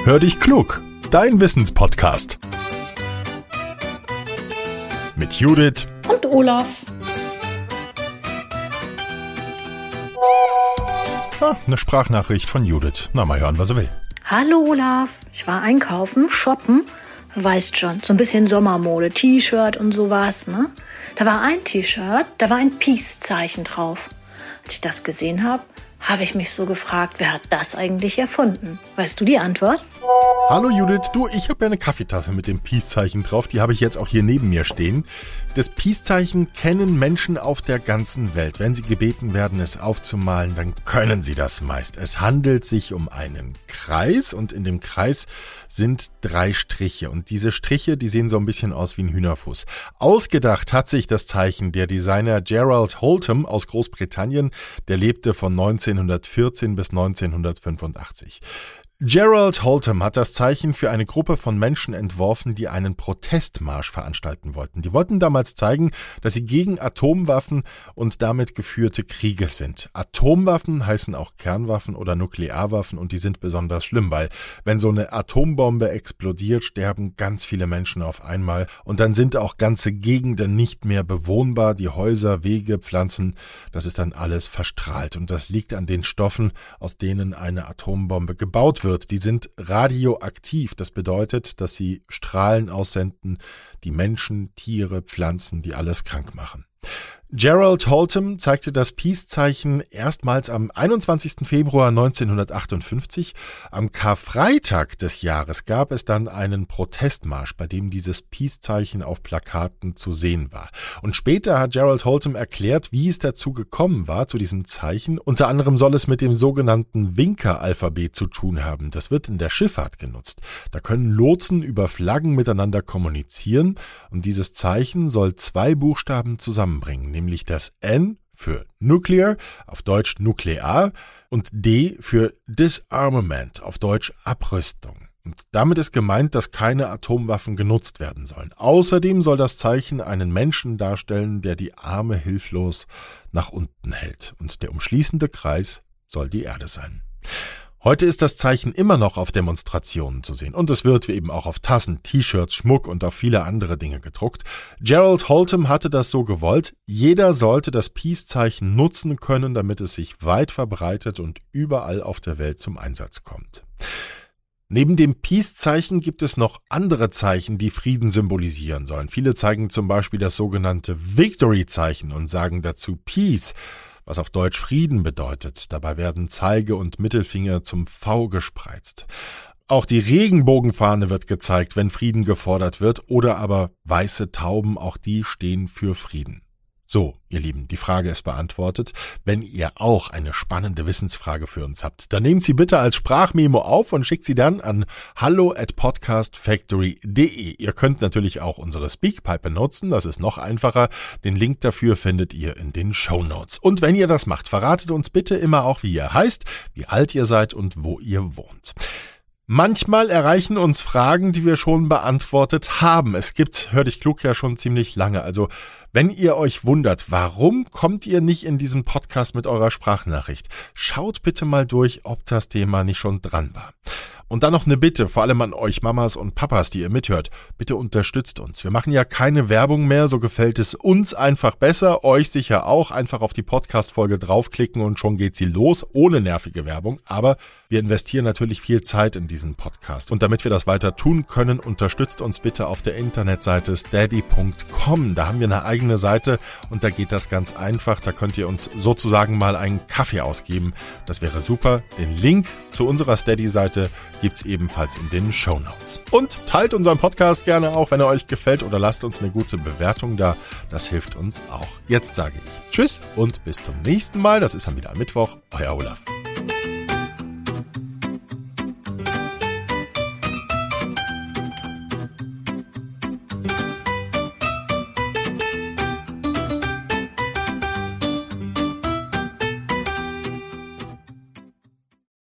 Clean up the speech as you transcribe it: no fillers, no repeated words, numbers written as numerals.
Hör dich klug, dein Wissenspodcast. Mit Judith und Olaf. Eine Sprachnachricht von Judith. Na, mal hören, was er will. Hallo Olaf, ich war einkaufen, shoppen. Du weißt schon, so ein bisschen Sommermode, T-Shirt und sowas, ne? Da war ein T-Shirt, da war ein Peace-Zeichen drauf. Als ich das gesehen habe, habe ich mich so gefragt, wer hat das eigentlich erfunden? Weißt du die Antwort? Hallo Judith, du, ich habe ja eine Kaffeetasse mit dem Peace-Zeichen drauf, die habe ich jetzt auch hier neben mir stehen. Das Peace-Zeichen kennen Menschen auf der ganzen Welt. Wenn sie gebeten werden, es aufzumalen, dann können sie das meist. Es handelt sich um einen Kreis und in dem Kreis sind 3 Striche. Und diese Striche, die sehen so ein bisschen aus wie ein Hühnerfuß. Ausgedacht hat sich das Zeichen der Designer Gerald Holtham aus Großbritannien. Der lebte von 1914 bis 1985. Gerald Holtham hat das Zeichen für eine Gruppe von Menschen entworfen, die einen Protestmarsch veranstalten wollten. Die wollten damals zeigen, dass sie gegen Atomwaffen und damit geführte Kriege sind. Atomwaffen heißen auch Kernwaffen oder Nuklearwaffen und die sind besonders schlimm, weil wenn so eine Atombombe explodiert, sterben ganz viele Menschen auf einmal und dann sind auch ganze Gegenden nicht mehr bewohnbar. Die Häuser, Wege, Pflanzen, das ist dann alles verstrahlt und das liegt an den Stoffen, aus denen eine Atombombe gebaut wird. Die sind radioaktiv. Das bedeutet, dass sie Strahlen aussenden, die Menschen, Tiere, Pflanzen, die alles krank machen. Gerald Holtham zeigte das Peace-Zeichen erstmals am 21. Februar 1958. Am Karfreitag des Jahres gab es dann einen Protestmarsch, bei dem dieses Peace-Zeichen auf Plakaten zu sehen war. Und später hat Gerald Holtham erklärt, wie es dazu gekommen war, zu diesem Zeichen. Unter anderem soll es mit dem sogenannten Winker-Alphabet zu tun haben. Das wird in der Schifffahrt genutzt. Da können Lotsen über Flaggen miteinander kommunizieren und dieses Zeichen soll 2 Buchstaben zusammenbringen, nämlich das N für Nuclear, auf Deutsch Nuklear, und D für Disarmament, auf Deutsch Abrüstung. Und damit ist gemeint, dass keine Atomwaffen genutzt werden sollen. Außerdem soll das Zeichen einen Menschen darstellen, der die Arme hilflos nach unten hält. Und der umschließende Kreis soll die Erde sein. Heute ist das Zeichen immer noch auf Demonstrationen zu sehen und es wird eben auch auf Tassen, T-Shirts, Schmuck und auf viele andere Dinge gedruckt. Gerald Holtham hatte das so gewollt. Jeder sollte das Peace-Zeichen nutzen können, damit es sich weit verbreitet und überall auf der Welt zum Einsatz kommt. Neben dem Peace-Zeichen gibt es noch andere Zeichen, die Frieden symbolisieren sollen. Viele zeigen zum Beispiel das sogenannte Victory-Zeichen und sagen dazu Peace, was auf Deutsch Frieden bedeutet. Dabei werden Zeige und Mittelfinger zum V gespreizt. Auch die Regenbogenfahne wird gezeigt, wenn Frieden gefordert wird, oder aber weiße Tauben, auch die stehen für Frieden. So, ihr Lieben, die Frage ist beantwortet. Wenn ihr auch eine spannende Wissensfrage für uns habt, dann nehmt sie bitte als Sprachmemo auf und schickt sie dann an hallo@podcastfactory.de. Ihr könnt natürlich auch unsere Speakpipe benutzen, das ist noch einfacher. Den Link dafür findet ihr in den Shownotes. Und wenn ihr das macht, verratet uns bitte immer auch, wie ihr heißt, wie alt ihr seid und wo ihr wohnt. Manchmal erreichen uns Fragen, die wir schon beantwortet haben. Es gibt Hör dich klug ja schon ziemlich lange. Also wenn ihr euch wundert, warum kommt ihr nicht in diesen Podcast mit eurer Sprachnachricht, schaut bitte mal durch, ob das Thema nicht schon dran war. Und dann noch eine Bitte, vor allem an euch Mamas und Papas, die ihr mithört. Bitte unterstützt uns. Wir machen ja keine Werbung mehr, so gefällt es uns einfach besser, euch sicher auch. Einfach auf die Podcast-Folge draufklicken und schon geht sie los, ohne nervige Werbung. Aber wir investieren natürlich viel Zeit in diesen Podcast. Und damit wir das weiter tun können, unterstützt uns bitte auf der Internetseite steady.com. Da haben wir eine eigene Seite und da geht das ganz einfach. Da könnt ihr uns sozusagen mal einen Kaffee ausgeben. Das wäre super. Den Link zu unserer Steady-Seite gibt's ebenfalls in den Shownotes. Und teilt unseren Podcast gerne auch, wenn er euch gefällt, oder lasst uns eine gute Bewertung da. Das hilft uns auch. Jetzt sage ich Tschüss und bis zum nächsten Mal. Das ist dann wieder am Mittwoch. Euer Olaf.